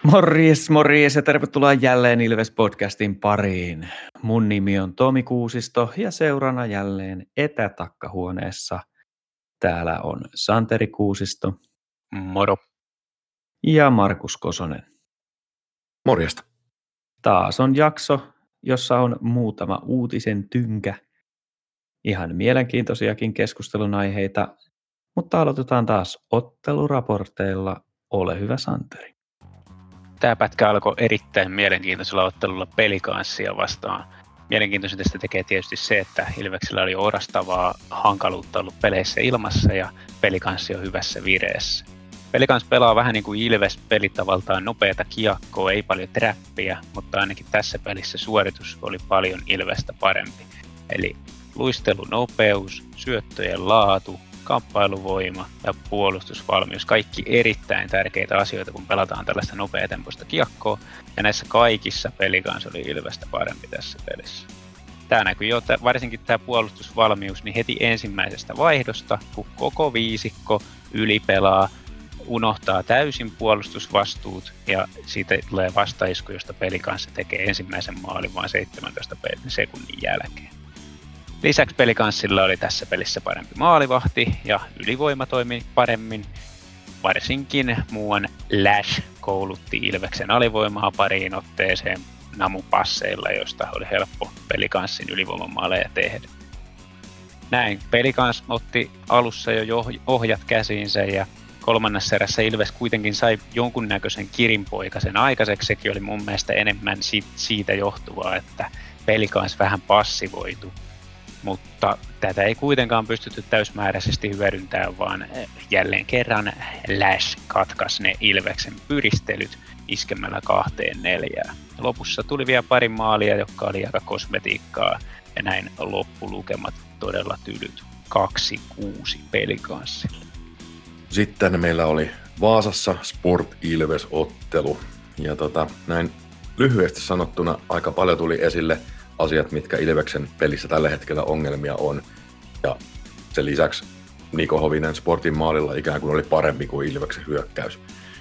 Morjes ja tervetuloa jälleen Ilves-podcastin pariin. Mun nimi on Tomi Kuusisto ja seurana jälleen etätakkahuoneessa. Täällä on Santeri Kuusisto. Moro. Ja Markus Kosonen. Morjesta. Taas on jakso, jossa on muutama uutisen tynkä. Ihan mielenkiintoisiakin keskustelun aiheita, mutta aloitetaan taas otteluraporteilla. Ole hyvä, Santeri. Tämä pätkä alkoi erittäin mielenkiintoisella ottelulla Pelikanssia vastaan. Mielenkiintoisin tästä tekee tietysti se, että Ilveksellä oli orastavaa hankaluutta ollut peleissä ilmassa ja Pelikanssi on hyvässä vireessä. Pelikans pelaa vähän niin kuin Ilves pelitavaltaan nopeata kiekkoa, ei paljon trappia, mutta ainakin tässä pelissä suoritus oli paljon Ilvestä parempi. Eli luistelunopeus, syöttöjen laatu, kamppailuvoima ja puolustusvalmius, kaikki erittäin tärkeitä asioita, kun pelataan tällaista nopeatempoista kiekkoa, ja näissä kaikissa Pelikans oli Ilvestä parempi tässä pelissä. Tämä näkyy jo, varsinkin tämä puolustusvalmius, niin heti ensimmäisestä vaihdosta, kun koko viisikko ylipelaa, unohtaa täysin puolustusvastuut, ja siitä tulee vastaisku, josta Pelikans tekee ensimmäisen maalin vain 17 sekunnin jälkeen. Lisäksi Pelikanssilla oli tässä pelissä parempi maalivahti ja ylivoima toimi paremmin. Varsinkin muuan Lash koulutti Ilveksen alivoimaa pariin otteeseen namupasseilla, josta oli helppo Pelikanssin ylivoimamaaleja tehdä. Näin Pelikans otti alussa jo ohjat käsiinsä ja kolmannessa erässä Ilves kuitenkin sai jonkunnäköisen kirinpoikasen aikaiseksi. Sekin oli mun mielestä enemmän siitä johtuvaa, että Pelikans vähän passivoitu. Mutta tätä ei kuitenkaan pystytty täysmääräisesti hyödyntämään, vaan jälleen kerran Lash katkaisi ne Ilveksen pyristelyt iskemällä 2-4. Lopussa tuli vielä pari maalia, jotka oli aika kosmetiikkaa, ja näin loppulukemat todella tylyt 2-6 Pelikanssille. Sitten meillä oli Vaasassa Sport Ilves-ottelu, ja näin lyhyesti sanottuna aika paljon tuli esille asiat, mitkä Ilveksen pelissä tällä hetkellä ongelmia on. Ja sen lisäksi Niko Hovinen Sportin maalilla ikään kuin oli parempi kuin Ilveksen hyökkäys.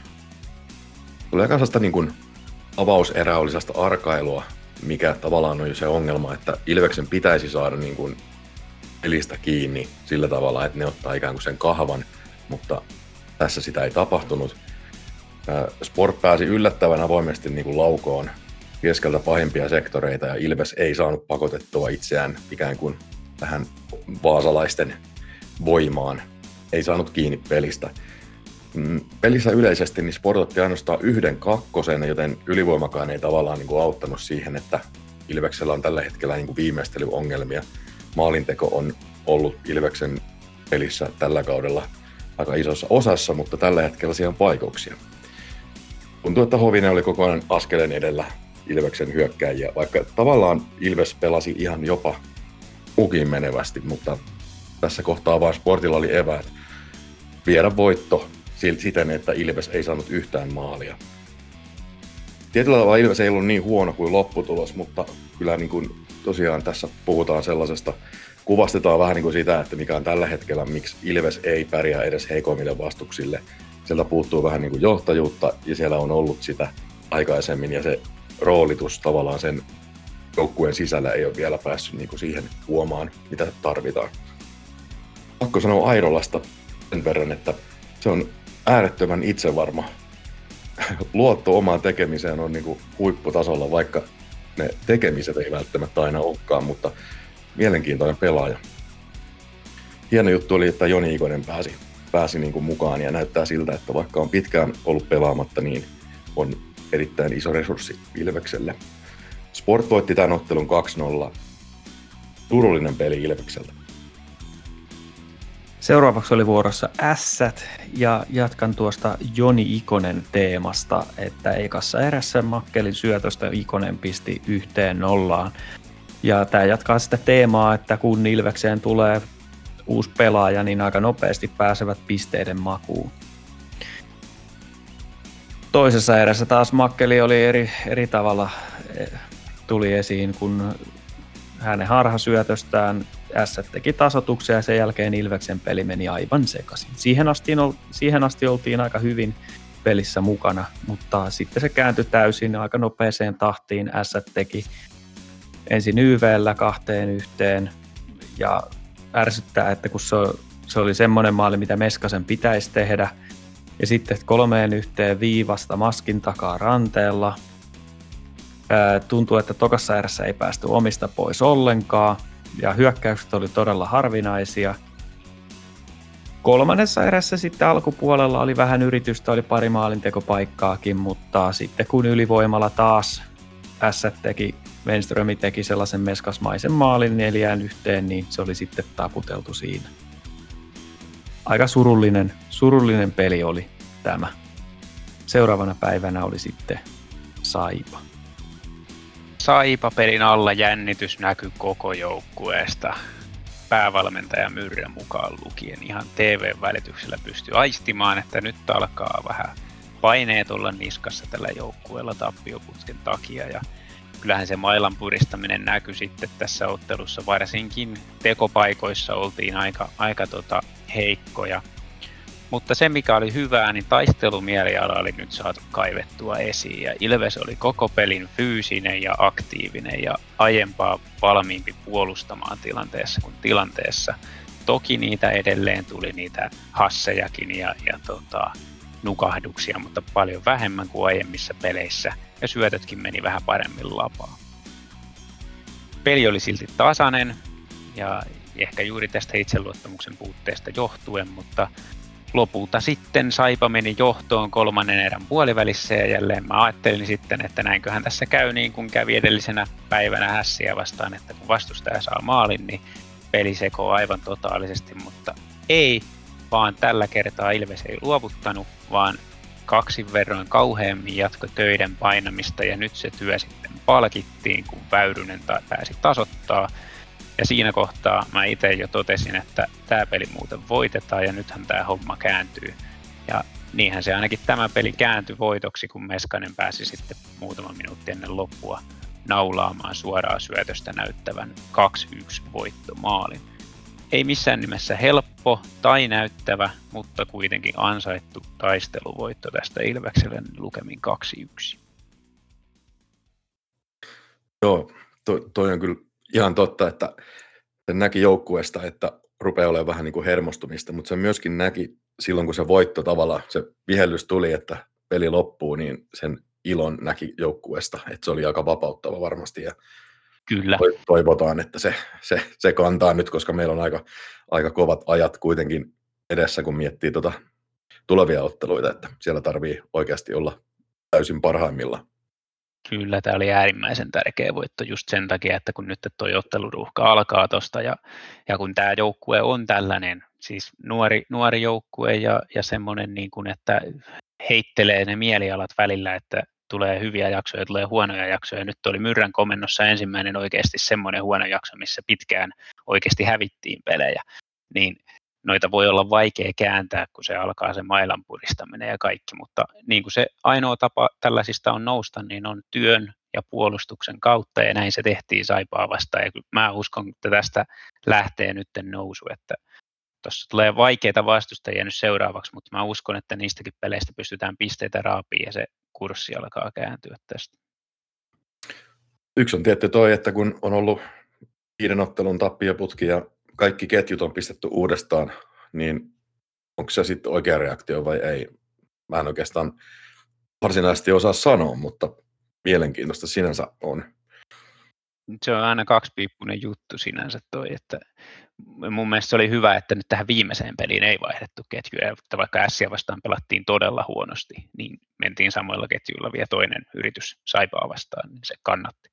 Tulee kanssa niin kuin avauserä oli sellaista arkailua, mikä tavallaan on jo se ongelma, että Ilveksen pitäisi saada niin kuin pelistä kiinni sillä tavalla, että ne ottaa ikään kuin sen kahvan, mutta tässä sitä ei tapahtunut. Sport pääsi yllättävän avoimesti niin kuin laukoon keskeltä pahimpia sektoreita, ja Ilves ei saanut pakotettua itseään ikään kuin tähän vaasalaisten voimaan. Ei saanut kiinni pelistä. Pelissä yleisesti niin Sport otti ainoastaan 1-2, joten ylivoimakaan ei tavallaan niin kuin auttanut siihen, että Ilveksellä on tällä hetkellä niin kuin viimeistelyongelmia. Maalinteko on ollut Ilveksen pelissä tällä kaudella aika isossa osassa, mutta tällä hetkellä siellä on vaikeuksia. Tuntuu, että Hovinen oli koko ajan askeleen edellä Ilveksen hyökkääjiä, vaikka tavallaan Ilves pelasi ihan jopa mukiin menevästi, mutta tässä kohtaa vaan Sportilla oli eväät viedä voitto siten, että Ilves ei saanut yhtään maalia. Tietyllä tavalla Ilves ei ollut niin huono kuin lopputulos, mutta kyllä niin kuin tosiaan tässä puhutaan sellaisesta, kuvastetaan vähän niin kuin sitä, että mikä on tällä hetkellä, miksi Ilves ei pärjää edes heikoimmille vastuksille. Sieltä puuttuu vähän niin kuin johtajuutta ja siellä on ollut sitä aikaisemmin ja se roolitus tavallaan sen joukkueen sisällä ei ole vielä päässyt niin kuin siihen huomaan, mitä tarvitaan. Pakko sanoa Airolasta sen verran, että se on äärettömän itsevarma. Luotto omaan tekemiseen on niin kuin huipputasolla, vaikka ne tekemiset ei välttämättä aina olekaan, mutta mielenkiintoinen pelaaja. Hieno juttu oli, että Joni Ikonen pääsi niin kuin mukaan ja näyttää siltä, että vaikka on pitkään ollut pelaamatta, niin on erittäin iso resurssi Ilvekselle. Sport voitti tämän ottelun 2-0. Surullinen peli Ilvekseltä. Seuraavaksi oli vuorossa Ässät ja jatkan tuosta Joni Ikonen teemasta, että ekassa erässä Makkelin syötöstä Ikonen pisti 1-0. Ja tämä jatkaa sitä teemaa, että kun Ilvekseen tulee uusi pelaaja, niin aika nopeasti pääsevät pisteiden makuun. Toisessa erässä taas Makkeli oli eri tavalla tuli esiin, kun hänen harhasyötöstään Ässät teki tasoituksia ja sen jälkeen Ilveksen peli meni aivan sekaisin. Siihen asti oltiin aika hyvin pelissä mukana, mutta sitten se kääntyi täysin aika nopeeseen tahtiin. Ässät teki ensin YV:llä 2-1 ja ärsyttää, että kun se oli semmoinen maali, mitä Meskasen pitäisi tehdä, ja sitten 3-1 viivasta maskin takaa ranteella. Tuntuu, että tokassa erässä ei päästy omista pois ollenkaan, ja hyökkäykset oli todella harvinaisia. Kolmannessa erässä sitten alkupuolella oli vähän yritystä, oli pari maalintekopaikkaakin, mutta sitten kun ylivoimalla taas Wenström teki sellaisen meskasmaisen maalin 4-1, niin se oli sitten taputeltu siinä. Aika surullinen peli oli tämä. Seuraavana päivänä oli sitten Saipa. Saipa-pelin alla jännitys näkyi koko joukkueesta. Päävalmentaja Myrrä mukaan lukien ihan TV-välityksellä pystyi aistimaan, että nyt alkaa vähän paineet olla niskassa tällä joukkueella tappioputken takia. Ja kyllähän se mailan puristaminen näkyi sitten tässä ottelussa, varsinkin tekopaikoissa oltiin aika heikkoja. Mutta se mikä oli hyvää, niin taistelumieliala oli nyt saatu kaivettua esiin ja Ilves oli koko pelin fyysinen ja aktiivinen ja aiempaa valmiimpi puolustamaan tilanteessa kuin tilanteessa. Toki niitä edelleen tuli niitä hassejakin ja nukahduksia, mutta paljon vähemmän kuin aiemmissa peleissä ja syötötkin meni vähän paremmin lapaa. Peli oli silti tasainen ja ehkä juuri tästä itseluottamuksen puutteesta johtuen, mutta lopulta sitten Saipa meni johtoon kolmannen erän puolivälissä ja jälleen mä ajattelin sitten, että näinköhän tässä käy niin kuin kävi edellisenä päivänä Hässiä vastaan, että kun vastustaja saa maalin, niin peli sekoo aivan totaalisesti, mutta ei, vaan tällä kertaa Ilves ei luovuttanut, vaan kaksin verroin kauheammin jatko töiden painamista ja nyt se työ sitten palkittiin, kun Väyrynen pääsi tasoittaa. Ja siinä kohtaa mä itse jo totesin, että tämä peli muuten voitetaan ja nythän tämä homma kääntyy. Ja niinhän se ainakin tämä peli kääntyi voitoksi, kun Meskanen pääsi sitten muutama minuutti ennen loppua naulaamaan suoraa syötöstä näyttävän 2-1 voittomaalin. Ei missään nimessä helppo tai näyttävä, mutta kuitenkin ansaittu taisteluvoitto tästä Ilvekselle lukemin 2-1. Joo, toi on kyllä ihan totta, että se näki joukkueesta, että rupeaa olemaan vähän niin kuin hermostumista, mutta se myöskin näki silloin, kun se voitto tavallaan, se vihellys tuli, että peli loppuu, niin sen ilon näki joukkueesta, että se oli aika vapauttava varmasti ja Kyllä. Toivotaan, että se kantaa nyt, koska meillä on aika kovat ajat kuitenkin edessä, kun miettii tulevia otteluita, että siellä tarvii oikeasti olla täysin parhaimmillaan. Kyllä, tämä oli äärimmäisen tärkeä voitto just sen takia, että kun nyt tuo otteluruuhka alkaa tuosta ja kun tämä joukkue on tällainen, siis nuori joukkue ja semmoinen, niin kuin, että heittelee ne mielialat välillä, että tulee hyviä jaksoja, tulee huonoja jaksoja. Nyt oli Myrrän komennossa ensimmäinen oikeasti semmoinen huono jakso, missä pitkään oikeasti hävittiin pelejä, niin noita voi olla vaikea kääntää, kun se alkaa se mailan puristaminen ja kaikki, mutta niin kuin se ainoa tapa tällaisista on nousta, niin on työn ja puolustuksen kautta, ja näin se tehtiin Saipaa vastaan, ja mä uskon, että tästä lähtee nyt nousu, että tuossa tulee vaikeita vastustajia nyt seuraavaksi, mutta mä uskon, että niistäkin peleistä pystytään pisteitä raapiin, ja se kurssi alkaa kääntyä tästä. Yksi on tietty toi, että kun on ollut 5 ottelun tappioputki ja kaikki ketjut on pistetty uudestaan, niin onko se sitten oikea reaktio vai ei? Mä en oikeastaan varsinaisesti osaa sanoa, mutta mielenkiintoista sinänsä on. Se on aina kaksipiippunen juttu sinänsä toi, että mun mielestä se oli hyvä, että nyt tähän viimeiseen peliin ei vaihdettu ketjuja, että vaikka Ässiä vastaan pelattiin todella huonosti, niin mentiin samoilla ketjuilla vielä toinen yritys Saipaa vastaan, niin se kannatti.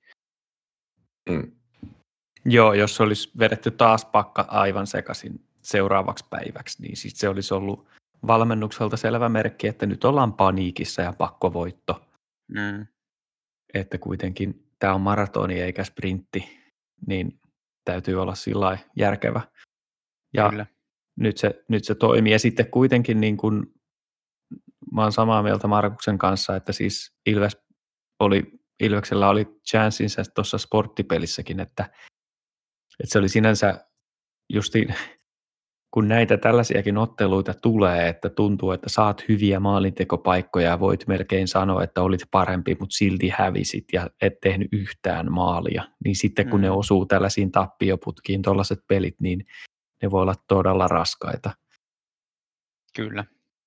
Joo, jos olisi vedetty taas pakka aivan sekaisin seuraavaksi päiväksi, niin sitten se olisi ollut valmennukselta selvä merkki, että nyt ollaan paniikissa ja pakkovoitto. Että kuitenkin tämä on maratoni eikä sprintti, niin täytyy olla sillä järkevä. Ja Kyllä. nyt se toimii. Ja sitten kuitenkin niin kun, mä oon samaa mieltä Markuksen kanssa, että siis Ilveksellä oli chanssinsa tuossa sporttipelissäkin, että se oli sinänsä justiin kun näitä tällaisiakin otteluita tulee, että tuntuu, että saat hyviä maalintekopaikkoja ja voit melkein sanoa, että olit parempi, mutta silti hävisit ja et tehnyt yhtään maalia, niin sitten kun ne osuu tällaisiin tappioputkiin, tuollaiset pelit, niin ne voi olla todella raskaita. Kyllä.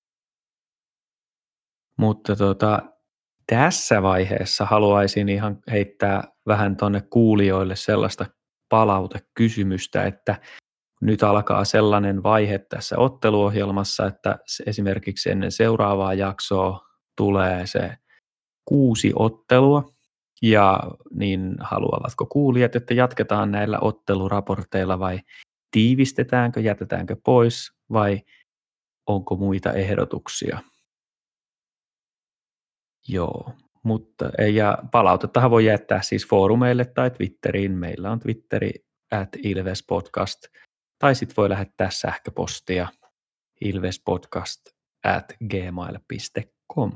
Mutta tässä vaiheessa haluaisin ihan heittää vähän tuonne kuulijoille sellaista palautekysymystä, että nyt alkaa sellainen vaihe tässä otteluohjelmassa, että esimerkiksi ennen seuraavaa jaksoa tulee se 6 ottelua, ja niin haluavatko kuulijat, että jatketaan näillä otteluraporteilla vai tiivistetäänkö, jätetäänkö pois vai onko muita ehdotuksia? Joo, mutta ja palautettahan voi jättää siis foorumeille tai Twitteriin. Meillä on Twitteri @ilvespodcast, tai sitten voi lähettää sähköpostia ilvespodcast@gmail.com.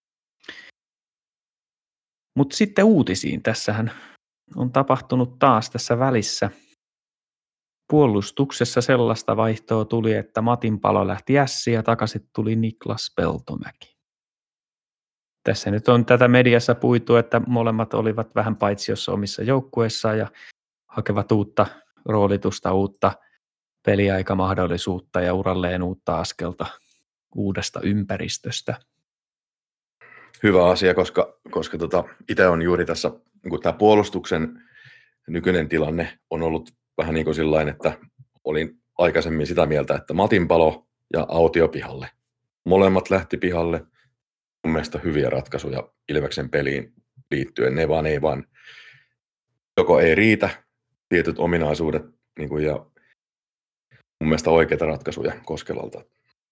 Mutta sitten uutisiin. Tässähän on tapahtunut taas tässä välissä. Puolustuksessa sellaista vaihtoa tuli, että Matin Palo lähti Ässiin ja takaisin tuli Niklas Peltomäki. Tässä nyt on tätä mediassa puitu, että molemmat olivat vähän paitsiossa omissa joukkueissaan ja hakevat uutta roolitusta, uutta peliaikamahdollisuutta ja uralleen uutta askelta uudesta ympäristöstä. Hyvä asia, koska itse on juuri tässä, niin tämä puolustuksen nykyinen tilanne on ollut vähän niin kuin sillain, että olin aikaisemmin sitä mieltä, että Matin Palo ja Autio pihalle. Molemmat lähti pihalle. Mun mielestä hyviä ratkaisuja Ilveksen peliin liittyen. Ne vaan ei vaan, joko ei riitä tietyt ominaisuudet niin kuin, ja mun mielestä oikeita ratkaisuja Koskelalta.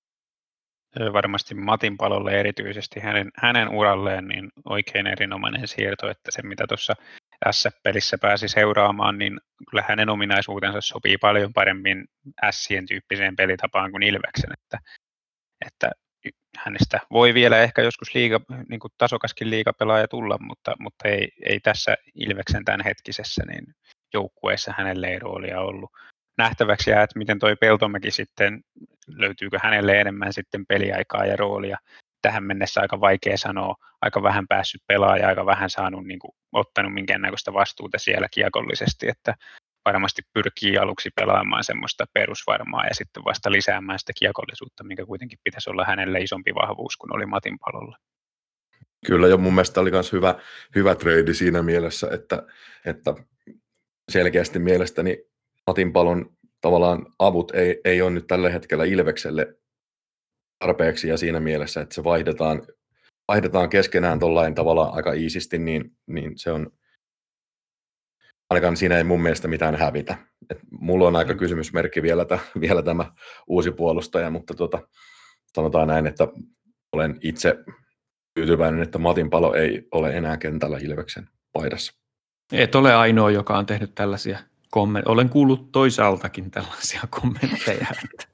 Varmasti Matin Palolle erityisesti hänen uralleen niin oikein erinomainen siirto, että se mitä tuossa S-pelissä pääsi seuraamaan, niin kyllä hänen ominaisuutensa sopii paljon paremmin Sien tyyppiseen pelitapaan kuin Ilveksen, että hänestä voi vielä ehkä joskus niin kuin tasokaskin liigapelaaja tulla, mutta ei tässä Ilveksen tämänhetkisessä niin joukkueessa hänelle ei roolia ollut. Nähtäväksi jää, että miten toi Peltomäki sitten, löytyykö hänelle enemmän sitten peliaikaa ja roolia. Tähän mennessä aika vaikea sanoa, aika vähän päässyt pelaaja, aika vähän saanut niin kuin, ottanut minkäännäköistä vastuuta siellä kiekollisesti, että varmasti pyrkii aluksi pelaamaan semmoista perusvarmaa ja sitten vasta lisäämään sitä kiekollisuutta, minkä kuitenkin pitäisi olla hänelle isompi vahvuus kuin oli Matin Palolla. Kyllä, ja mun mielestä oli myös hyvä trade siinä mielessä, että selkeästi mielestäni Matin Palon tavallaan avut ei ole nyt tällä hetkellä Ilvekselle tarpeeksi, ja siinä mielessä, että se vaihdetaan keskenään tollain tavalla aika iisisti, niin se on, ainakaan siinä ei mun mielestä mitään hävitä. Mulla on aika kysymysmerkki vielä tämä uusi puolustaja, mutta sanotaan näin, että olen itse tyytyväinen, että Matin Palo ei ole enää kentällä Ilveksen paidassa. Et ole ainoa, joka on tehnyt tällaisia kommentteja. Olen kuullut toisaaltakin tällaisia kommentteja.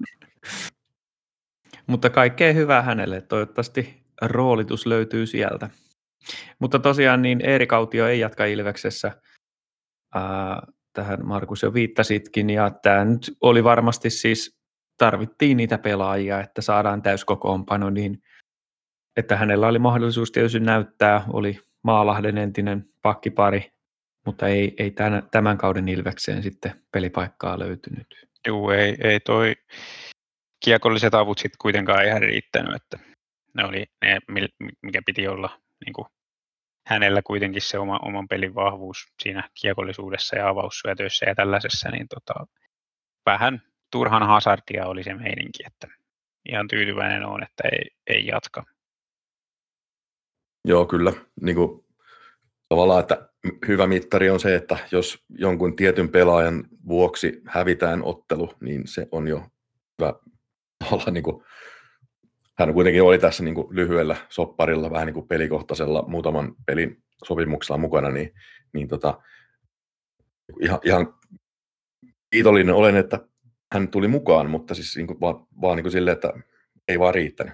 Mutta kaikkea hyvää hänelle. Toivottavasti roolitus löytyy sieltä. Mutta tosiaan niin Erik Autio ei jatka Ilveksessä. Tähän Markus jo viittasitkin. Ja tämä nyt oli varmasti siis, tarvittiin niitä pelaajia, että saadaan täyskokoonpano niin, että hänellä oli mahdollisuus tietysti näyttää. Oli Maalahden entinen pakkipari, mutta ei tämän kauden Ilvekseen sitten pelipaikkaa löytynyt. Joo, ei toi kiekolliset avut sitten kuitenkaan ihan riittänyt, että ne oli ne, mikä piti olla niin kuin hänellä kuitenkin se oman pelin vahvuus siinä kiekollisuudessa ja avaussyötöissä ja tällaisessa, niin vähän turhan hazardia oli se meininki, että ihan tyytyväinen on, että ei jatka. Joo, kyllä. Niin kuin, tavallaan, että hyvä mittari on se, että jos jonkun tietyn pelaajan vuoksi hävitään ottelu, niin se on jo hyvä olla niin kuin, hän kuitenkin oli tässä niin kuin lyhyellä sopparilla, vähän niin kuin pelikohtaisella muutaman pelin sopimuksella mukana, niin ihan kiitollinen olen, että hän tuli mukaan, mutta siis niin kuin vaan niin kuin silleen, että ei vaan riittänyt.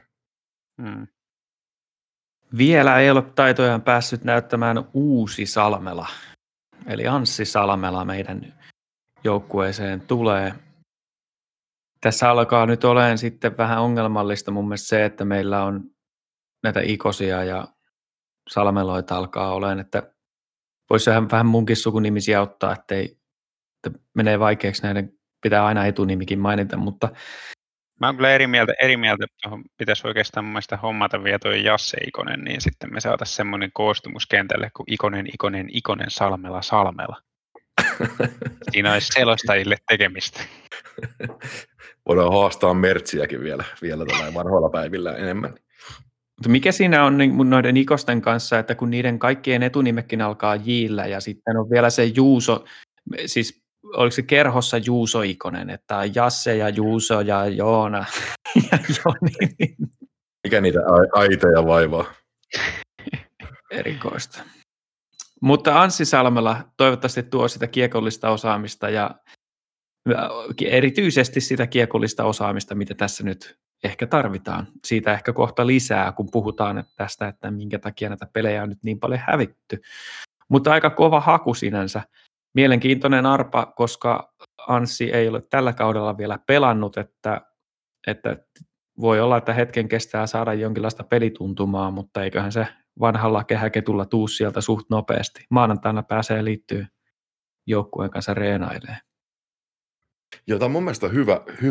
Vielä ei ole taitojaan päässyt näyttämään uusi Salmela, eli Anssi Salmela meidän joukkueeseen tulee. Tässä alkaa nyt olemaan sitten vähän ongelmallista mun mielestä se, että meillä on näitä Ikosia ja Salmeloita alkaa olemaan, että voisi vähän munkin sukunimisiä ottaa, että menee vaikeaksi näiden, pitää aina etunimikin mainita, mutta Mä oon kyllä eri mieltä, tuohon pitäisi oikeastaan mun mielestä hommata vielä toi Jasse Ikonen, niin sitten me saataisiin semmoinen koostumus kentälle kuin Ikonen, Salmela. Siinä olisi selostajille tekemistä. Voidaan haastaa Mertsiäkin vielä tällä vanhoilla päivillä enemmän. Mutta mikä siinä on niin noiden Ikosten kanssa, että kun niiden kaikkien etunimekin alkaa J:llä ja sitten on vielä se Juuso, siis oliko se kerhossa Juuso Ikonen, että on Jasse ja Juuso ja Joona ja Joni. Mikä niitä aitoja vaivaa? Erikoista. Mutta Anssi Salmela toivottavasti tuo sitä kiekollista osaamista ja erityisesti sitä kiekollista osaamista, mitä tässä nyt ehkä tarvitaan. Siitä ehkä kohta lisää, kun puhutaan tästä, että minkä takia näitä pelejä on nyt niin paljon hävitty. Mutta aika kova haku sinänsä. Mielenkiintoinen arpa, koska Anssi ei ole tällä kaudella vielä pelannut, että voi olla, että hetken kestää saada jonkinlaista pelituntumaa, mutta eiköhän se vanhalla kehäketulla tuu sieltä suht nopeasti. Maanantaina pääsee liittyä joukkueen kanssa reenailemaan. Jota mun mielestä on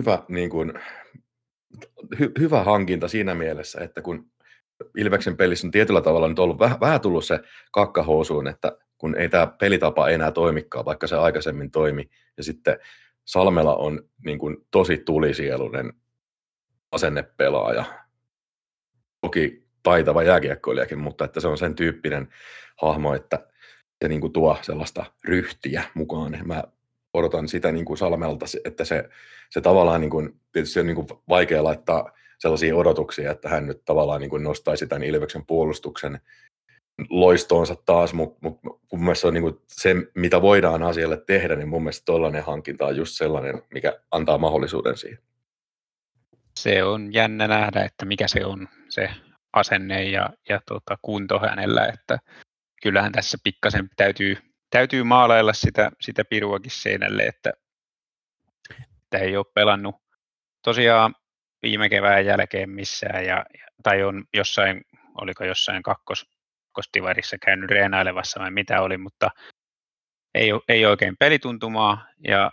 hyvä hankinta siinä mielessä, että kun Ilveksen pelissä on tietyllä tavalla nyt ollut vähän tullut se kakkahousuun, että kun ei tämä pelitapa enää toimikaan, vaikka se aikaisemmin toimi, ja sitten Salmela on niin kuin tosi tulisieluinen asennepelaaja, toki taitava jääkiekkoilijakin, mutta että se on sen tyyppinen hahmo, että se niin kuin tuo sellaista ryhtiä mukaan. Mä odotan sitä niin kuin Salmelta, että se tavallaan, niin kuin, tietysti on niin kuin vaikea laittaa sellaisia odotuksia, että hän nyt tavallaan niin kuin nostaisi tämän Ilveksen puolustuksen loistoonsa taas, mutta mun mielestä se on niin kuin se, mitä voidaan asialle tehdä, niin mun mielestä tollainen hankinta on just sellainen, mikä antaa mahdollisuuden siihen. Se on jännä nähdä, että mikä se on se asenne ja kunto hänellä, että kyllähän tässä pikkasen täytyy maalailla sitä piruakin seinälle, että ei ole pelannut tosiaan viime kevään jälkeen missään, tai on jossain kakkostivarissa käynyt reenailevassa vai mitä oli, mutta ei oikein pelituntumaa, ja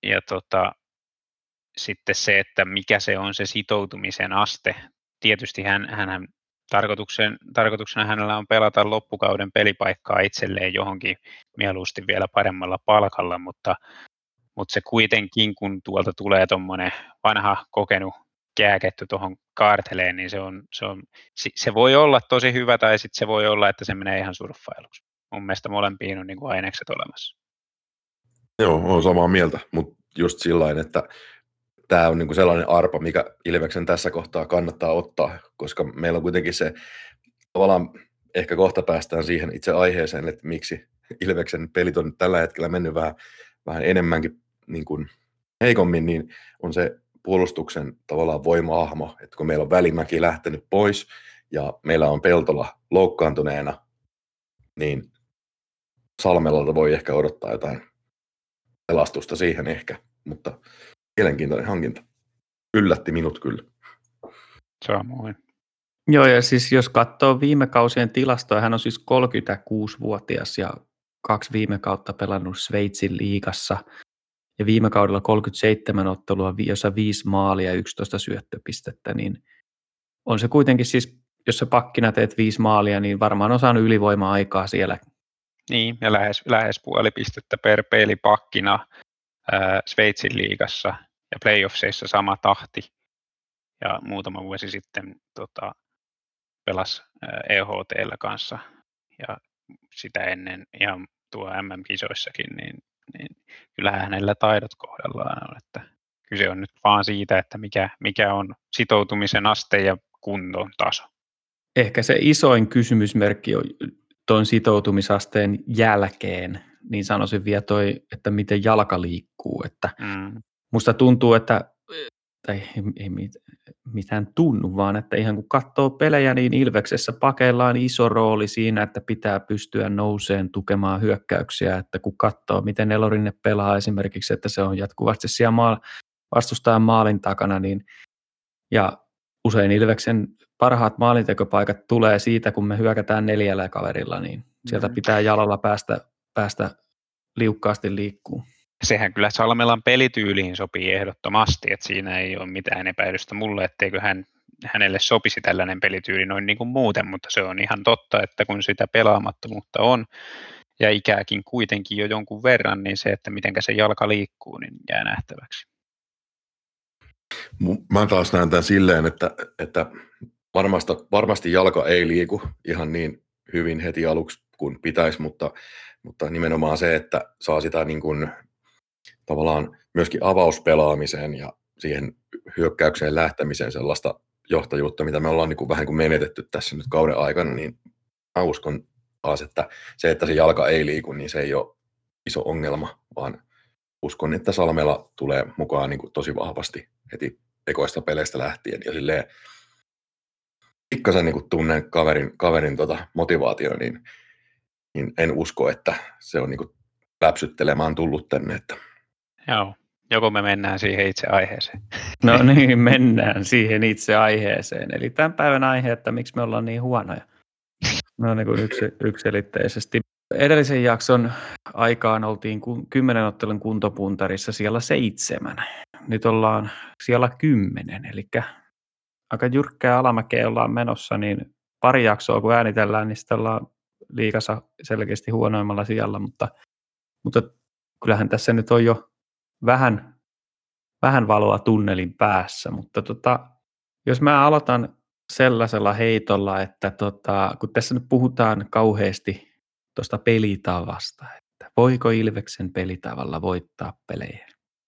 sitten se, että mikä se on se sitoutumisen aste. Tietysti hän tarkoituksena hänellä on pelata loppukauden pelipaikkaa itselleen johonkin mieluusti vielä paremmalla palkalla, mutta se kuitenkin, kun tuolta tulee tuommoinen vanha kokenut kääketty tuohon kaarteleen, niin se voi olla tosi hyvä, tai sitten se voi olla, että se menee ihan surffailuksi. Mun mielestä molempiin on niin kuin ainekset olemassa. Joo, olen samaa mieltä, mutta just sillain, että tämä on niinku sellainen arpa, mikä Ilveksen tässä kohtaa kannattaa ottaa, koska meillä on kuitenkin se, tavallaan ehkä kohta päästään siihen itse aiheeseen, että miksi Ilveksen pelit on tällä hetkellä mennyt vähän enemmänkin niin kuin heikommin, niin on se puolustuksen tavallaan voimahahmo, että kun meillä on Välimäki lähtenyt pois ja meillä on Peltola loukkaantuneena, niin Salmelalta voi ehkä odottaa jotain pelastusta siihen ehkä, mutta mielenkiintoinen hankinta. Yllätti minut kyllä. Samoin. Joo, ja siis jos katsoo viime kausien tilastoja, hän on siis 36-vuotias ja 2 viime kautta pelannut Sveitsin liigassa. Ja viime kaudella 37 ottelua, jossa 5 maalia ja 11 syöttöpistettä, niin on se kuitenkin siis, jos sä pakkina teet 5 maalia, niin varmaan on saanut ylivoima-aikaa siellä. Niin, ja lähes puoli pistettä per peli pakkina Sveitsin liigassa ja playoffseissa sama tahti. Ja muutama vuosi sitten pelasi EHT:llä kanssa ja sitä ennen ihan tuo MM-kisoissakin, niin kyllähän hänellä taidot kohdallaan on, että kyse on nyt vaan siitä, että mikä on sitoutumisen aste ja kunnon taso. Ehkä se isoin kysymysmerkki on tuon sitoutumisasteen jälkeen, niin sanoisin vielä että miten jalka liikkuu, että musta tuntuu, että tai ei mitään tunnu, vaan että ihan kun katsoo pelejä, niin Ilveksessä pakeilla on iso rooli siinä, että pitää pystyä nouseen tukemaan hyökkäyksiä, että kun katsoo, miten Elorinne pelaa esimerkiksi, että se on jatkuvasti siellä vastustajan maalin takana, niin, ja usein Ilveksen parhaat maalintekopaikat tulee siitä, kun me hyökätään 4 kaverilla, niin sieltä pitää jalalla päästä liukkaasti liikkuu. Sehän kyllä Salmelan pelityyliin sopii ehdottomasti, että siinä ei ole mitään epäilystä mulle, etteikö hänelle sopisi tällainen pelityyli noin niin kuin muuten, mutta se on ihan totta, että kun sitä pelaamattomuutta on ja ikääkin kuitenkin jo jonkun verran, niin se, että mitenkä se jalka liikkuu, niin jää nähtäväksi. Mä taas näen tämän silleen, että varmasti jalka ei liiku ihan niin hyvin heti aluksi kuin pitäisi, mutta nimenomaan se, että saa sitä niin kuin, tavallaan myöskin avauspelaamiseen ja siihen hyökkäykseen lähtemiseen sellaista johtajuutta, mitä me ollaan niin kuin vähän kuin menetetty tässä nyt kauden aikana, niin mä uskon taas, että se jalka ei liiku, niin se ei ole iso ongelma, vaan uskon, että Salmela tulee mukaan niin kuin tosi vahvasti heti ekoista peleistä lähtien ja silleen pikkasen niin kuin tunnen kaverin motivaatio, niin en usko, että se on niin kuin läpsyttelemään tullut tänne. Että. Joo, joko me mennään siihen itse aiheeseen. No niin, mennään siihen itse aiheeseen. Eli tämän päivän aihe, että miksi me ollaan niin huonoja. No niin kuin yksiselitteisesti. Edellisen jakson aikaan oltiin 10 ottelun kuntopuntarissa siellä 7. Nyt ollaan siellä 10, eli aika jyrkkää alamäkeä ollaan menossa, niin pari jaksoa kun äänitellään, niin sitten ollaan liigassa selkeästi huonoimmalla sijalla, mutta kyllähän tässä nyt on jo vähän valoa tunnelin päässä, mutta jos mä aloitan sellaisella heitolla, että kun tässä nyt puhutaan kauheasti tuosta pelitavasta, että voiko Ilveksen pelitavalla voittaa pelejä,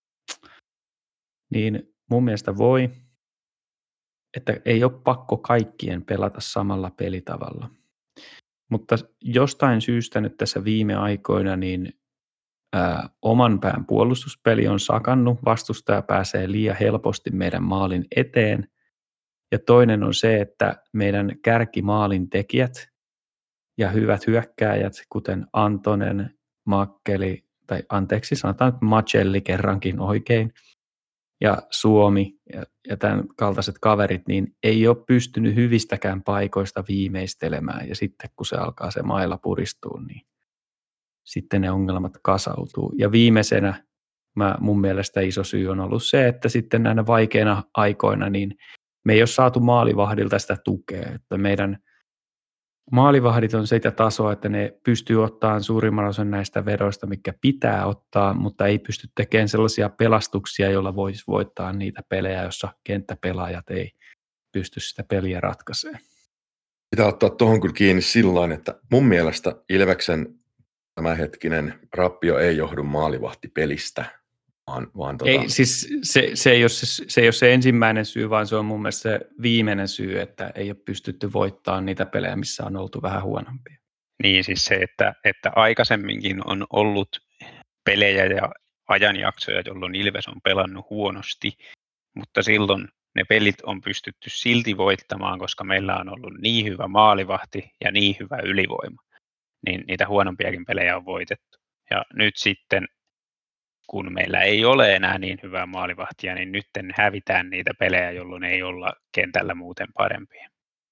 niin mun mielestä voi, että ei ole pakko kaikkien pelata samalla pelitavalla. Mutta jostain syystä nyt tässä viime aikoina niin oman pään puolustuspeli on sakannut, vastustaja pääsee liian helposti meidän maalin eteen. Ja toinen on se, että meidän kärkimaalin tekijät ja hyvät hyökkääjät, kuten Antonen, Makkeli, tai anteeksi, sanotaan nyt Macelli kerrankin oikein, ja Suomi ja tämän kaltaiset kaverit, niin ei ole pystynyt hyvistäkään paikoista viimeistelemään. Ja sitten kun se alkaa se maila puristua, niin sitten ne ongelmat kasautuu. Ja viimeisenä mun mielestä iso syy on ollut se, että sitten näinä vaikeina aikoina niin me ei ole saatu maalivahdilta sitä tukea. Että meidän maalivahdit on sitä tasoa, että ne pystyy ottamaan suurimman osan näistä vedoista, mikä pitää ottaa, mutta ei pysty tekemään sellaisia pelastuksia, joilla voisi voittaa niitä pelejä, jossa kenttäpelaajat ei pysty sitä peliä ratkaisemaan. Pitää ottaa tuohon kyllä kiinni sillain, että mun mielestä Ilveksen tämänhetkinen rappio ei johdu maalivahtipelistä, vaan ei, siis se ei ole se ensimmäinen syy, vaan se on mun mielestä se viimeinen syy, että ei ole pystytty voittamaan niitä pelejä, missä on oltu vähän huonompia. Niin siis se, että aikaisemminkin on ollut pelejä ja ajanjaksoja, jolloin Ilves on pelannut huonosti, mutta silloin ne pelit on pystytty silti voittamaan, koska meillä on ollut niin hyvä maalivahti ja niin hyvä ylivoima, niin niitä huonompiakin pelejä on voitettu. Ja nyt sitten, kun meillä ei ole enää niin hyvää maalivahtia, niin nyt hävitään niitä pelejä, jolloin ei olla kentällä muuten parempia.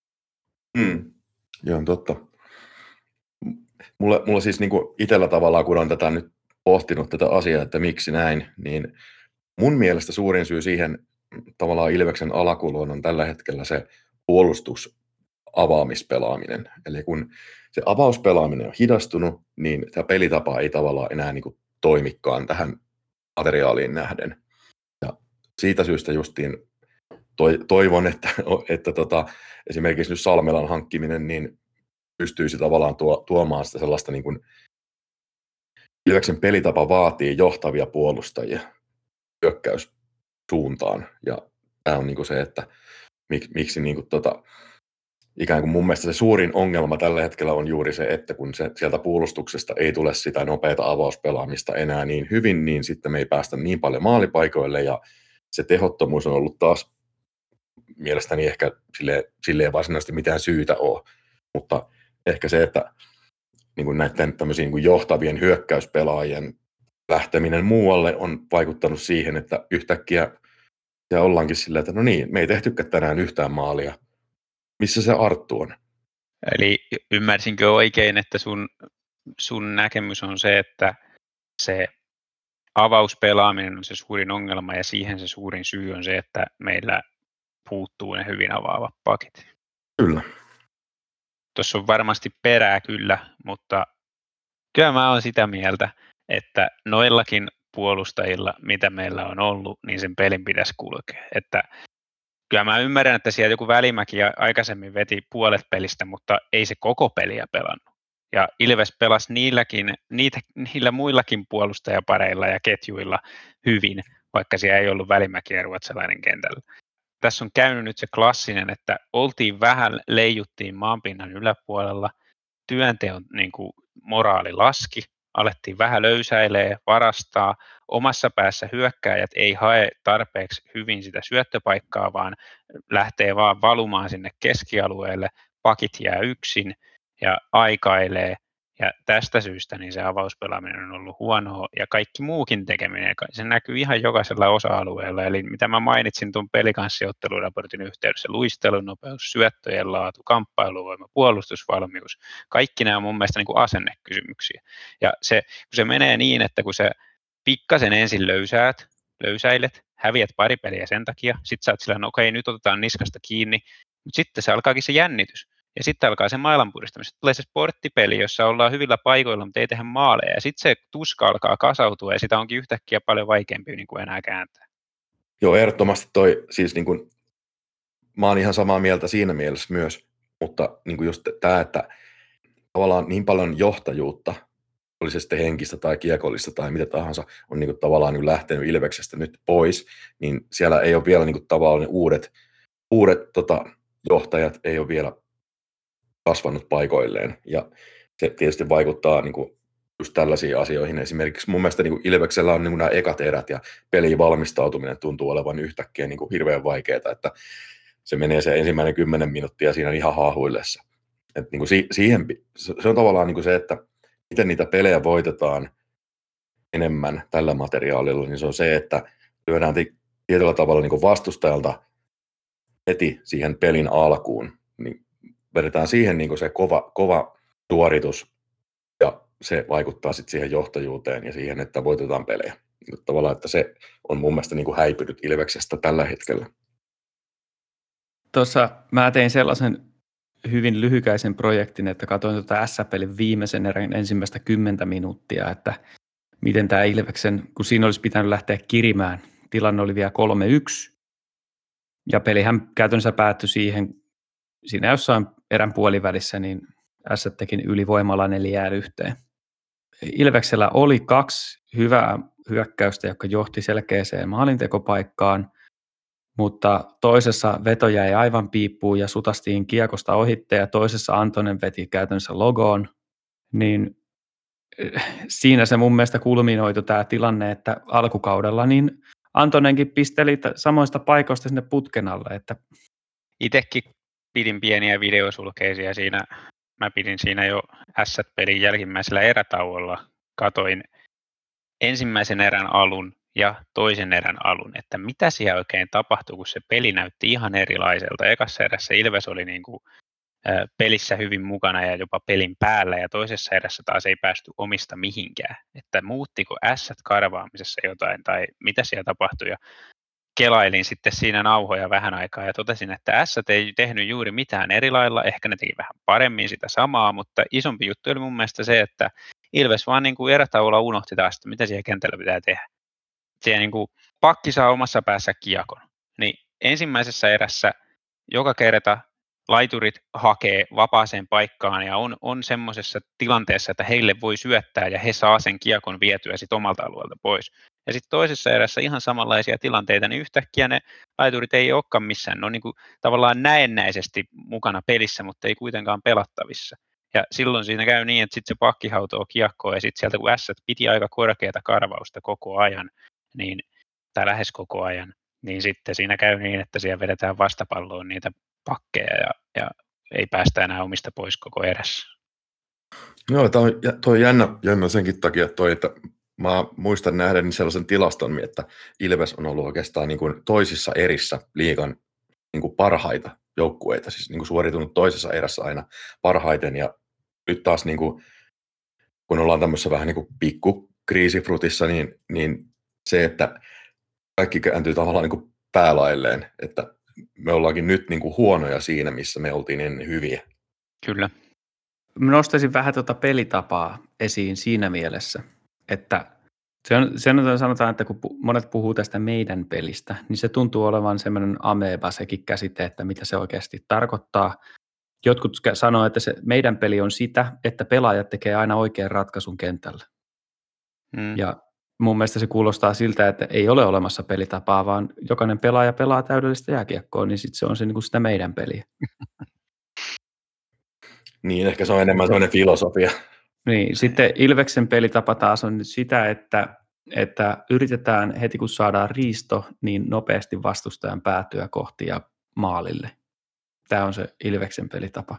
Joo, on totta. Mulla siis niin kuin itsellä tavallaan, kun on tätä nyt pohtinut tätä asiaa, että miksi näin, niin mun mielestä suurin syy siihen tavallaan Ilveksen alakuloon on tällä hetkellä se puolustusavaamispelaaminen. Eli kun se avauspelaaminen on hidastunut, niin tämä pelitapa ei tavallaan enää niin kuin toimikaan tähän materiaaliin nähden. Ja siitä syystä justiin toivon, että esimerkiksi nyt Salmelan hankkiminen niin pystyisi tavallaan tuomaan sitä sellaista niin kuin Ilveksen pelitapa vaatii johtavia puolustajia hyökkäyssuuntaan. Ja tämä on niin kuin se, että miksi niin kuin ikään kuin mun mielestä se suurin ongelma tällä hetkellä on juuri se, että kun sieltä puolustuksesta ei tule sitä nopeata avauspelaamista enää niin hyvin, niin sitten me ei päästä niin paljon maalipaikoille ja se tehottomuus on ollut taas mielestäni ehkä silleen varsinaisesti mitään syytä ole, mutta ehkä se, että niin kuin näiden tämmöisiin niin kuin johtavien hyökkäyspelaajien lähteminen muualle on vaikuttanut siihen, että yhtäkkiä Ja ollaankin silleen, että no niin, me ei tehtykään tänään yhtään maalia. Missä se Arttu on? Eli ymmärsinkö oikein, että sun näkemys on se, että se avauspelaaminen on se suurin ongelma ja siihen se suurin syy on se, että meillä puuttuu ne hyvin avaavat pakit. Kyllä. Tuossa on varmasti perää kyllä, mutta kyllä mä oon sitä mieltä, että noillakin puolustajilla, mitä meillä on ollut, niin sen pelin pitäisi kulkea. Että kyllä mä ymmärrän, että siellä joku Välimäki aikaisemmin veti puolet pelistä, mutta ei se koko peliä pelannut. Ja Ilves pelasi niillä muillakin puolustajapareilla ja ketjuilla hyvin, vaikka siellä ei ollut Välimäki ja ruotsalainen kentällä. Tässä on käynyt nyt se klassinen, että oltiin vähän, leijuttiin maanpinnan yläpuolella, työnteon niin kuin moraali laski, alettiin vähän löysäilee, varastaa, omassa päässä hyökkääjät ei hae tarpeeksi hyvin sitä syöttöpaikkaa, vaan lähtee vaan valumaan sinne keskialueelle, pakit jää yksin ja aikailee, ja tästä syystä niin se avauspelaaminen on ollut huonoa, ja kaikki muukin tekeminen, se näkyy ihan jokaisella osa-alueella, eli mitä mä mainitsin tuon pelikanssiootteluraportin yhteydessä, luistelunopeus, syöttöjen laatu, kamppailuvoima, puolustusvalmius, kaikki nämä on mun mielestä niin kuin asennekysymyksiä, ja kun se menee niin, että kun se pikkasen ensin löysäilet, häviät pari peliä sen takia, sitten sä oot sillä, no okei, nyt otetaan niskasta kiinni, mutta sitten se alkaakin se jännitys. Ja sitten alkaa se mailan puristaminen. Sitten tulee se sporttipeli, jossa ollaan hyvillä paikoilla, mutta ei tehdä maaleja. Ja sitten se tuska alkaa kasautua ja sitä onkin yhtäkkiä paljon vaikeampi niin kuin enää kääntää. Joo, ehdottomasti toi, siis niin kuin, mä oon ihan samaa mieltä siinä mielessä myös, mutta niin kuin just tämä, että tavallaan niin paljon johtajuutta, oli se sitten henkistä tai kiekollista tai mitä tahansa, on niin kuin tavallaan niin lähtenyt Ilveksestä nyt pois, niin siellä ei ole vielä niin kuin tavallaan ne uudet johtajat ei ole vielä kasvanut paikoilleen, ja se tietysti vaikuttaa niin kuin just tällaisiin asioihin. Esimerkiksi mun mielestä niin kuin Ilveksellä on niin kuin nämä ekat erät, ja peliin valmistautuminen tuntuu olevan yhtäkkiä niin kuin hirveän vaikeaa, että se menee se ensimmäinen 10 minuuttia siinä ihan haahuillessa. Et niin kuin se on tavallaan niin kuin se, että miten niitä pelejä voitetaan enemmän tällä materiaalilla, niin se on se, että lyödään tietyllä tavalla niin kuin vastustajalta heti siihen pelin alkuun, niin vedetään siihen niin kuin se kova suoritus, ja se vaikuttaa sitten siihen johtajuuteen ja siihen, että voitetaan pelejä. Tavallaan, että se on mun mielestä niin kuin häipynyt Ilveksestä tällä hetkellä. Tuossa mä tein sellaisen hyvin lyhykäisen projektin, että katsoin tuota S-pelin viimeisen erän ensimmäistä 10 minuuttia, että miten tämä Ilveksen, kun siinä olisi pitänyt lähteä kirimään, tilanne oli vielä 3-1, ja pelihän käytännössä päättyi siihen, siinä jossain erän puolivälissä, niin S teki ylivoimalla 4-1. Ilveksellä oli 2 hyvää hyökkäystä, jotka johti selkeäseen maalintekopaikkaan, mutta toisessa veto jäi aivan piippuun ja sutastiin kiekosta ohitte ja toisessa Antonen veti käytännössä logoon, niin siinä se mun mielestä kulminoitu tämä tilanne, että alkukaudella niin Antonenkin pisteli samoista paikoista sinne putken alle. Että Itsekin pidin pieniä videosulkeisia siinä. Mä pidin siinä jo S-pelin jälkimmäisellä erätauolla. Katoin ensimmäisen erän alun ja toisen erän alun, että mitä siellä oikein tapahtui, kun se peli näytti ihan erilaiselta. Ekassa erässä Ilves oli niin kuin pelissä hyvin mukana ja jopa pelin päällä, ja toisessa erässä taas ei päästy omista mihinkään. Että muuttiko ässät karvaamisessa jotain tai mitä siellä tapahtui, ja kelailin sitten siinä nauhoja vähän aikaa ja totesin, että ässät ei tehnyt juuri mitään eri lailla, ehkä ne teki vähän paremmin sitä samaa, mutta isompi juttu oli mun mielestä se, että Ilves vaan niin kuin erätauolla unohti taas, että mitä siellä kentällä pitää tehdä. Siellä niin kuin pakki saa omassa päässä kiekon, niin ensimmäisessä erässä joka kerta laiturit hakee vapaaseen paikkaan ja on semmoisessa tilanteessa, että heille voi syöttää ja he saa sen kiekon vietyä sit omalta alueelta pois. Ja sitten toisessa erässä ihan samanlaisia tilanteita, niin yhtäkkiä ne laiturit ei olekaan missään. Ne on niin kuin tavallaan näennäisesti mukana pelissä, mutta ei kuitenkaan pelattavissa. Ja silloin siinä käy niin, että sitten se pakki hautoo kiekkoa ja sitten sieltä kun ässät piti aika korkeata karvausta koko ajan, niin, tai lähes koko ajan, niin sitten siinä käy niin, että siellä vedetään vastapalloon niitä pakkeja ja ei päästä enää omista pois koko erässä. Joo, toi on jännä senkin takia, että Mä muistan nähdä sellaisen tilaston, että Ilves on ollut oikeastaan niin kuin toisissa erissä liigan niin kuin parhaita joukkueita, siis niin kuin suoritunut toisessa erässä aina parhaiten, ja nyt taas niin kuin, kun ollaan tämmöisessä vähän niin kuin pikkukriisifrutissa, niin se, että kaikki kääntyy tavallaan niin kuin päälailleen, että me ollaankin nyt niin kuin huonoja siinä, missä me oltiin ennen hyviä. Kyllä. Mä nostaisin vähän tuota pelitapaa esiin siinä mielessä, että sanotaan, että kun monet puhuu tästä meidän pelistä, niin se tuntuu olevan semmoinen ameba sekin käsite, että mitä se oikeasti tarkoittaa. Jotkut sanoo, että se meidän peli on sitä, että pelaajat tekee aina oikean ratkaisun kentällä. Ja mun mielestä se kuulostaa siltä, että ei ole olemassa pelitapaa, vaan jokainen pelaaja pelaa täydellistä jääkiekkoa, niin sitten se on se niin kuin sitä meidän peliä. Niin, ehkä se on enemmän sellainen filosofia. Niin, sitten Ilveksen pelitapa taas on nyt sitä, että yritetään heti kun saadaan riisto, niin nopeasti vastustajan päätyä kohti ja maalille. Tämä on se Ilveksen pelitapa.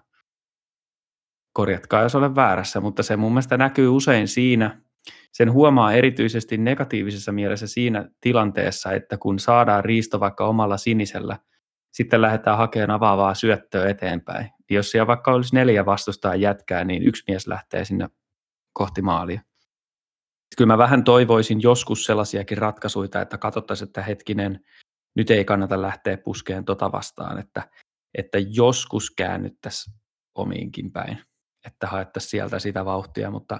Korjatkaa, jos olen väärässä, mutta se mun mielestä näkyy usein siinä, sen huomaa erityisesti negatiivisessa mielessä siinä tilanteessa, että kun saadaan riisto vaikka omalla sinisellä, sitten lähdetään hakemaan avaavaa syöttöä eteenpäin. Jos siellä vaikka olisi 4 vastustaa jätkää, niin yksi mies lähtee sinne kohti maalia. Kyllä mä vähän toivoisin joskus sellaisiakin ratkaisuja, että katsottaisiin, että hetkinen, nyt ei kannata lähteä puskeen vastaan, että joskus käännyttäisiin omiinkin päin, että haettaisiin sieltä sitä vauhtia, mutta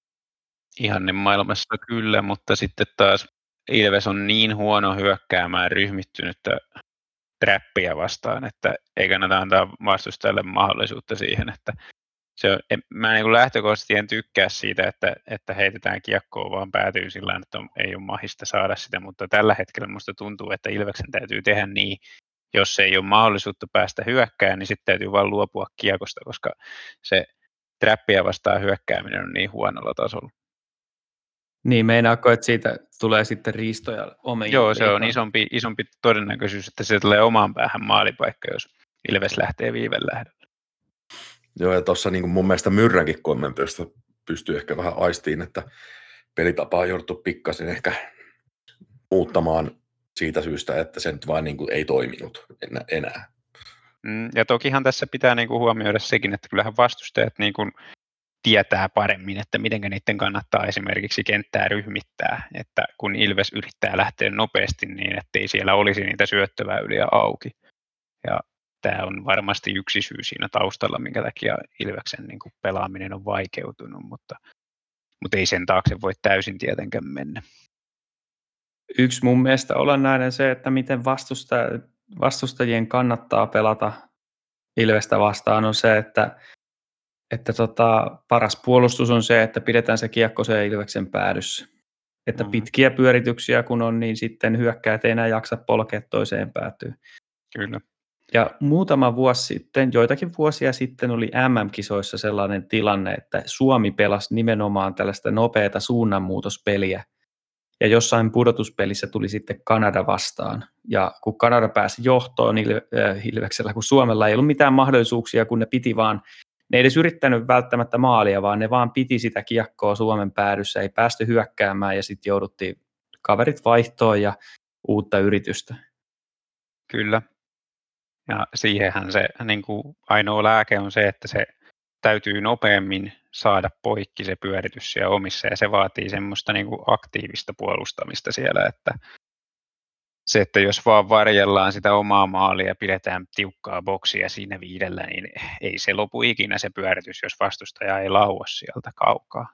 Ihanne maailmassa kyllä, mutta sitten taas Ilves on niin huono hyökkäämään ryhmittynyttä trappia vastaan, että ei kannata antaa vastustajalle mahdollisuutta siihen, että mä niin kuin lähtökohtaisesti en tykkää siitä, että heitetään kiekkoa vaan päätyy sillä että ei ole mahista saada sitä, mutta tällä hetkellä musta tuntuu, että Ilveksen täytyy tehdä niin, jos ei ole mahdollisuutta päästä hyökkään, niin sitten täytyy vaan luopua kiekosta, koska se trappia vastaan hyökkääminen on niin huonolla tasolla. niin, meinaako, että siitä tulee sitten riistoja omiin? Joo, se on isompi todennäköisyys, että se tulee omaan päähän maalipaikka, jos Ilves lähtee viivelähdölle. Joo, ja tuossa niin mun mielestä Myrränkin kommentoista pystyy ehkä vähän aistiin, että pelitapaa on jouduttu pikkasen ehkä muuttamaan siitä syystä, että se nyt vaan niin kuin ei toiminut enää. Ja tokihan tässä pitää niin kuin huomioida sekin, että kyllähän vastustajat niin kuin tietää paremmin, että miten niiden kannattaa esimerkiksi kenttää ryhmittää, että kun Ilves yrittää lähteä nopeasti niin, ettei siellä olisi niitä syöttöväyliä auki. Ja tämä on varmasti yksi syy siinä taustalla, minkä takia Ilveksen niin kuin pelaaminen on vaikeutunut, mutta ei sen taakse voi täysin tietenkään mennä. Yksi mun mielestä olennainen se, että miten vastustajien kannattaa pelata Ilvestä vastaan on se, että paras puolustus on se, että pidetään se kiekko se Ilveksen päädyssä. Että pitkiä pyörityksiä kun on, niin sitten hyökkäät ei enää jaksa polkea toiseen päätyyn. Kyllä. Ja muutama vuosi sitten, joitakin vuosia sitten oli MM-kisoissa sellainen tilanne, että Suomi pelasi nimenomaan tällaista nopeata suunnanmuutospeliä. Ja jossain pudotuspelissä tuli sitten Kanada vastaan. Ja kun Kanada pääsi johtoon Ilveksellä, kun Suomella ei ollut mitään mahdollisuuksia, kun ne piti vaan, ne ei edes yrittänyt välttämättä maalia, vaan ne vaan piti sitä kiekkoa Suomen päädyssä, ei päästy hyökkäämään ja sitten jouduttiin kaverit vaihtoon ja uutta yritystä. Kyllä. Ja siihenhän se niin kuin ainoa lääke on se, että se täytyy nopeammin saada poikki se pyöritys siellä omissa, ja se vaatii semmoista niin kuin aktiivista puolustamista siellä, että se, että jos vaan varjellaan sitä omaa maalia ja pidetään tiukkaa boksia siinä viidellä, niin ei se lopu ikinä se pyöritys, jos vastustaja ei laua sieltä kaukaa.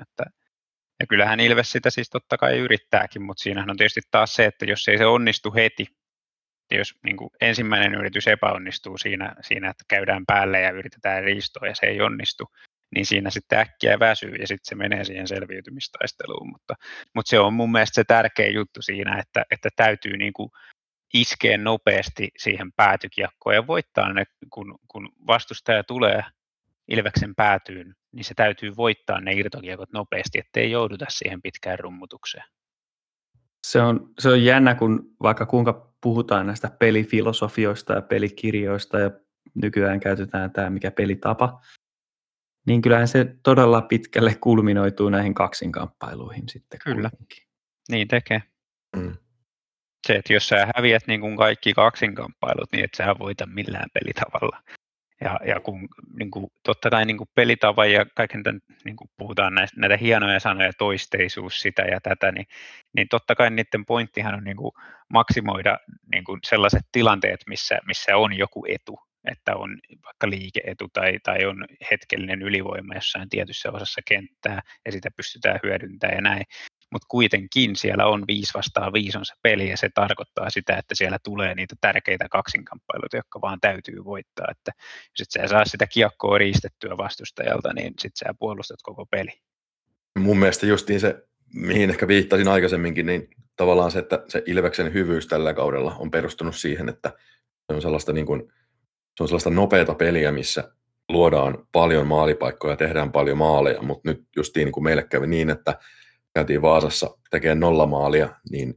Ja kyllähän Ilves sitä siis totta kai yrittääkin, mutta siinähän on tietysti taas se, että jos ei se onnistu heti, jos niin kuin ensimmäinen yritys epäonnistuu siinä, että käydään päälle ja yritetään riistoa ja se ei onnistu, niin siinä sitten äkkiä väsyy ja sitten se menee siihen selviytymistaisteluun. Mutta se on mun mielestä se tärkeä juttu siinä, että täytyy niin kuin iskeä nopeasti siihen päätykiekkoon ja voittaa ne, kun vastustaja tulee Ilveksen päätyyn, niin se täytyy voittaa ne irtokiekot nopeasti, ettei jouduta siihen pitkään rummutukseen. Se on jännä, kun vaikka kuinka puhutaan näistä pelifilosofioista ja pelikirjoista ja nykyään käytetään tämä mikä pelitapa, Niin kyllähän se todella pitkälle kulminoituu näihin kaksinkamppailuihin sitten Kyllä. kuitenkin. Niin tekee. Mm. Se, että jos sä häviät niin kuin kaikki kaksinkamppailut, niin et sä voita millään pelitavalla. Ja kun niin kuin, totta kai niin kuin pelitavan ja kaiken tämän, niin kuin puhutaan näitä hienoja sanoja, toisteisuus, sitä ja tätä, niin totta kai niiden pointtihan on niin kuin maksimoida niin kuin sellaiset tilanteet, missä on joku etu, että on vaikka liike-etu tai on hetkellinen ylivoima jossain tietyssä osassa kenttää ja sitä pystytään hyödyntämään ja näin. Mutta kuitenkin siellä on 5 vastaan 5 on se peli ja se tarkoittaa sitä, että siellä tulee niitä tärkeitä kaksinkamppailuita, jotka vaan täytyy voittaa. Että jos et sä saa sitä kiekkoa riistettyä vastustajalta, niin sit sä puolustat koko peli. Mun mielestä justiin se, mihin ehkä viittasin aikaisemminkin, niin tavallaan se, että se Ilveksen hyvyys tällä kaudella on perustunut siihen, että se on sellaista, niin kuin, se on sellaista nopeata peliä, missä luodaan paljon maalipaikkoja ja tehdään paljon maaleja, mutta nyt justiin niin kuin meille kävi niin, että käytiin Vaasassa tekemään 0 maalia, niin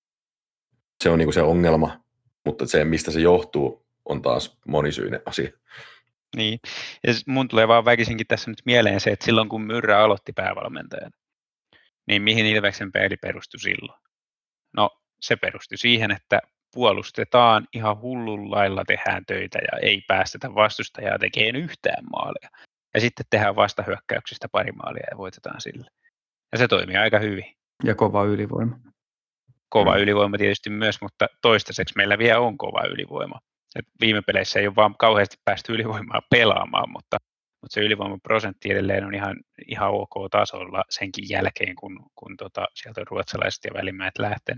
se on niin kuin se ongelma, mutta se, mistä se johtuu, on taas monisyinen asia. Niin, ja mun tulee vaan väkisinkin tässä nyt mieleen se, että silloin kun Myrrä aloitti päävalmentajana, niin mihin Ilveksen peli perustui silloin? No, se perustui siihen, että puolustetaan ihan hullun lailla, tehdään töitä ja ei päästetä vastustajaa tekemään yhtään maalia. Ja sitten tehdään vastahyökkäyksistä pari maalia ja voitetaan sillä. Ja se toimii aika hyvin. Ja kova ylivoima. Kova ylivoima tietysti myös, mutta toistaiseksi meillä vielä on kova ylivoima. Et viime peleissä ei ole vaan kauheasti päästy ylivoimaa pelaamaan, mutta se ylivoimaprosentti edelleen on ihan ok tasolla senkin jälkeen, kun sieltä on ruotsalaiset ja välimäet lähtenyt.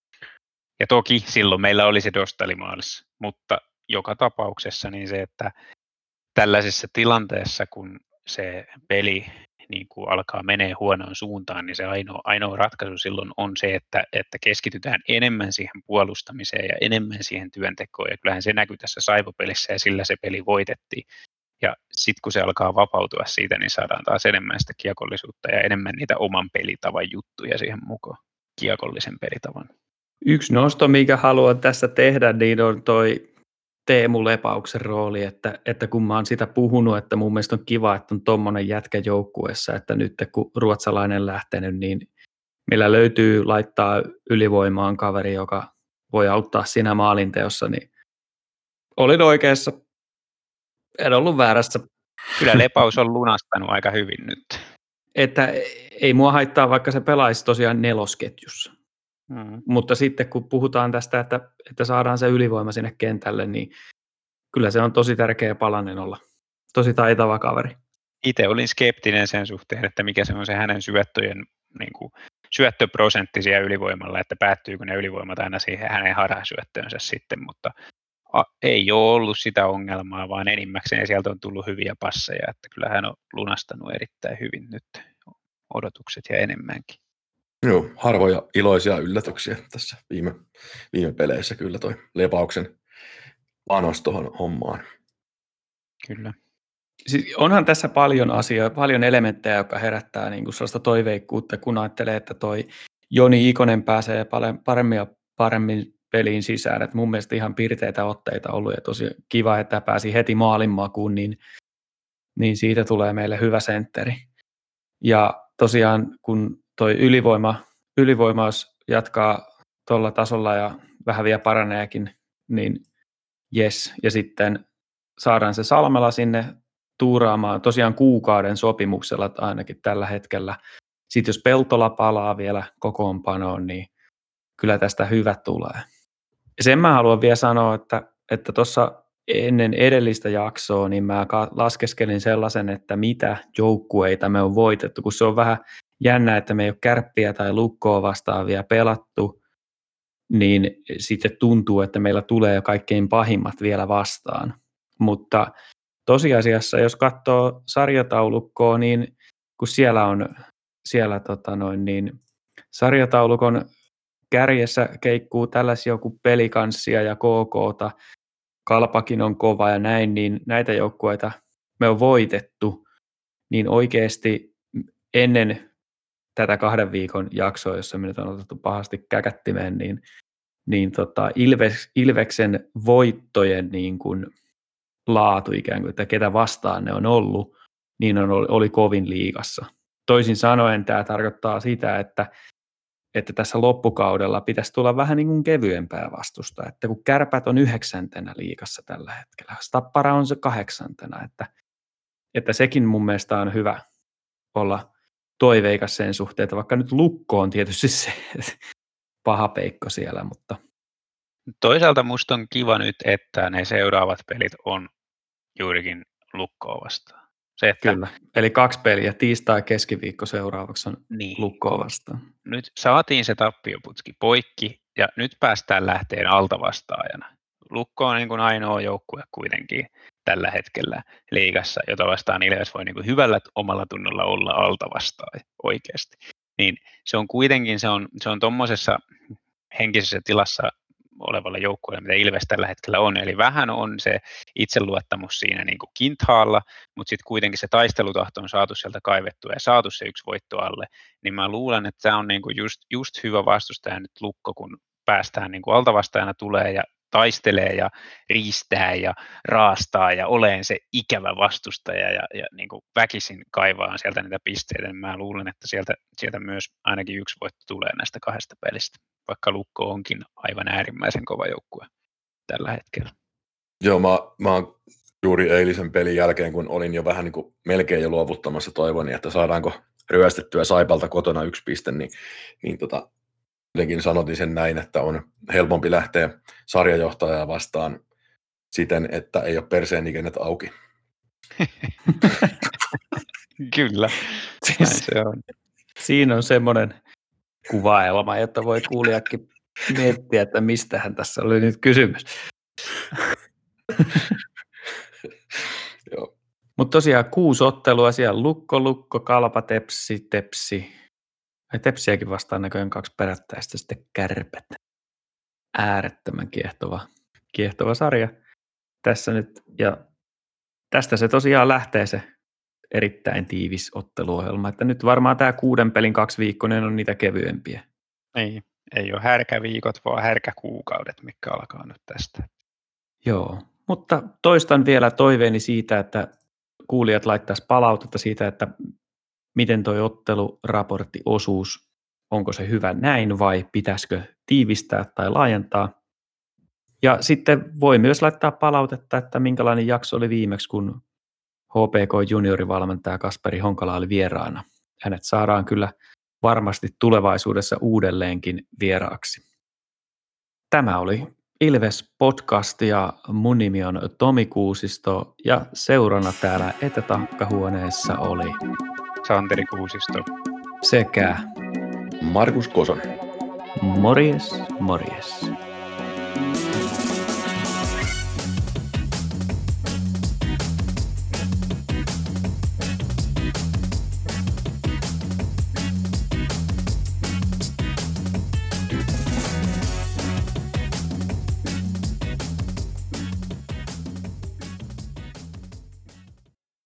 Ja toki silloin meillä oli se Dostali maalissa, mutta joka tapauksessa niin se, että tällaisessa tilanteessa, kun se peli niin kuin alkaa menee huonoon suuntaan, niin se ainoa ratkaisu silloin on se, että keskitytään enemmän siihen puolustamiseen ja enemmän siihen työntekoon. Ja kyllähän se näkyy tässä Saivo-pelissä ja sillä se peli voitettiin. Ja sitten kun se alkaa vapautua siitä, niin saadaan taas enemmän sitä kiekollisuutta ja enemmän niitä oman pelitavan juttuja siihen mukaan, kiekollisen pelitavan. Yksi nosto, mikä haluan tässä tehdä, niin on toi Teemu Lepauksen rooli, että kun mä oon sitä puhunut, että mun mielestä on kiva, että on tommonen jätkä joukkueessa, että nyt kun ruotsalainen lähtenyt, niin meillä löytyy laittaa ylivoimaan kaveri, joka voi auttaa siinä maalinteossa, niin olin oikeassa. En ollut väärässä. Kyllä Lepaus on lunastanut aika hyvin nyt. Että ei mua haittaa, vaikka se pelaisi tosiaan nelosketjussa. Mutta sitten kun puhutaan tästä, että saadaan se ylivoima sinne kentälle, niin kyllä se on tosi tärkeä palanen olla. Tosi taitava kaveri. Itse olin skeptinen sen suhteen, että mikä se on se hänen syöttöjen niin kuin, syöttöprosentti siellä ylivoimalla, että päättyykö ne ylivoimat aina siihen hänen harasyöttöönsä sitten, mutta ei ole ollut sitä ongelmaa, vaan enimmäkseen sieltä on tullut hyviä passeja, että kyllä hän on lunastanut erittäin hyvin nyt odotukset ja enemmänkin. Joo, harvoja iloisia yllätyksiä tässä viime peleissä kyllä toi Lepauksen panos tuohon hommaan. Kyllä. Siis onhan tässä paljon asioita, paljon elementtejä, jotka herättää niin kuin sellaista toiveikkuutta, kun ajattelee, että toi Joni Ikonen pääsee paremmin ja paremmin peliin sisään. Et mun mielestä ihan pirteitä otteita ollut ja tosi kiva, että pääsi heti maalinmakuun, niin siitä tulee meille hyvä sentteri. Ja tosiaan kun toi ylivoima jos jatkaa tuolla tasolla ja vähän vielä paraneekin, niin jes. Ja sitten saadaan se Salmela sinne tuuraamaan tosiaan kuukauden sopimuksella ainakin tällä hetkellä. Sitten jos Peltola palaa vielä kokoonpanoon, niin kyllä tästä hyvä tulee. Ja sen mä haluan vielä sanoa, että tuossa ennen edellistä jaksoa, niin mä laskeskelin sellaisen, että mitä joukkueita me on voitettu, kun se on vähän jännä, että me ei ole Kärppiä tai Lukkoa vastaan vielä pelattu, niin sitten tuntuu, että meillä tulee jo kaikkein pahimmat vielä vastaan. Mutta tosiasiassa, jos katsoo sarjataulukkoa, niin kun siellä niin sarjataulukon kärjessä keikkuu tällaisia joku Pelikanssia ja KK:ta, Kalpakin on kova ja näin, niin näitä joukkueita me on voitettu, niin oikeasti ennen tätä 2 viikon jaksoa, jossa me nyt on otettu pahasti käkättimeen, niin Ilveksen voittojen niin kuin laatu ikään kuin, että ketä vastaan ne on ollut, niin oli kovin liigassa. Toisin sanoen tämä tarkoittaa sitä, että tässä loppukaudella pitäisi tulla vähän niin kuin kevyempää vastusta, että kun Kärpät on 9. liigassa tällä hetkellä, Tappara on se 8. että sekin mun mielestä on hyvä olla toiveikas sen suhteen, että vaikka nyt Lukko on tietysti se paha peikko siellä, mutta Toisaalta musta on kiva nyt, että ne seuraavat pelit on juurikin Lukkoa vastaan. Se, että kyllä. Eli 2 peliä, tiistai keskiviikko seuraavaksi on niin, Lukkoa vastaan. nyt saatiin se tappioputki poikki ja nyt päästään lähteen altavastaajana. Lukko on niin kuin ainoa joukkue kuitenkin tällä hetkellä liigassa, jota vastaan Ilves voi niin kuin hyvällä omalla tunnolla olla altavastaaja oikeasti. Niin se on kuitenkin, se on tuommoisessa henkisessä tilassa olevalla joukkueella, mitä Ilves tällä hetkellä on. Eli vähän on se itseluottamus siinä niin kuin kinthaalla, mutta sitten kuitenkin se taistelutahto on saatu sieltä kaivettua ja saatu se 1 voitto alle. Niin mä luulen, että tämä on niin kuin just hyvä vastustaja nyt Lukko, kun päästään niin kuin altavastaajana tulee ja taistelee ja riistää ja raastaa ja oleen se ikävä vastustaja ja niin kuin väkisin kaivaa sieltä niitä pisteitä, niin mä luulen, että sieltä myös ainakin 1 voitto tulee näistä 2 pelistä, vaikka Lukko onkin aivan äärimmäisen kova joukkue tällä hetkellä. Joo, mä oon juuri eilisen pelin jälkeen, kun olin jo vähän niin kuin melkein jo luovuttamassa toivoni, että saadaanko ryöstettyä Saipalta kotona 1 piste, niin jotenkin sanotin sen näin, että on helpompi lähteä sarjajohtajaa vastaan siten, että ei ole perseen ikennet auki. Kyllä, näin se on. Siinä on semmoinen kuvaelma, jotta voi kuulijakin miettiä, että mistähän tässä oli nyt kysymys. Joo. Mutta tosiaan 6 ottelua siellä, Lukko, Kalpa, Tepsi. Tepsiäkin vastaan näköjään 2 perättäistä, sitten Kärpät. Äärettömän kiehtova sarja tässä nyt. Ja tästä se tosiaan lähtee se erittäin tiivis otteluohjelma. Että nyt varmaan tämä 6 pelin 2-viikkoinen on niitä kevyempiä. Ei ole härkäviikot, vaan härkäkuukaudet, mitkä alkaa nyt tästä. Joo, mutta toistan vielä toiveeni siitä, että kuulijat laittaisi palautetta siitä, että miten toi otteluraporttiosuus, onko se hyvä näin vai pitäisikö tiivistää tai laajentaa. Ja sitten voi myös laittaa palautetta, että minkälainen jakso oli viimeksi, kun HPK juniorivalmentaja Kasperi Honkala oli vieraana. Hänet saadaan kyllä varmasti tulevaisuudessa uudelleenkin vieraaksi. Tämä oli Ilves podcast ja mun nimi on Tomi Kuusisto ja seurana täällä etätankkahuoneessa oli Santeri Kuusisto sekä Markus Kosonen. morjes.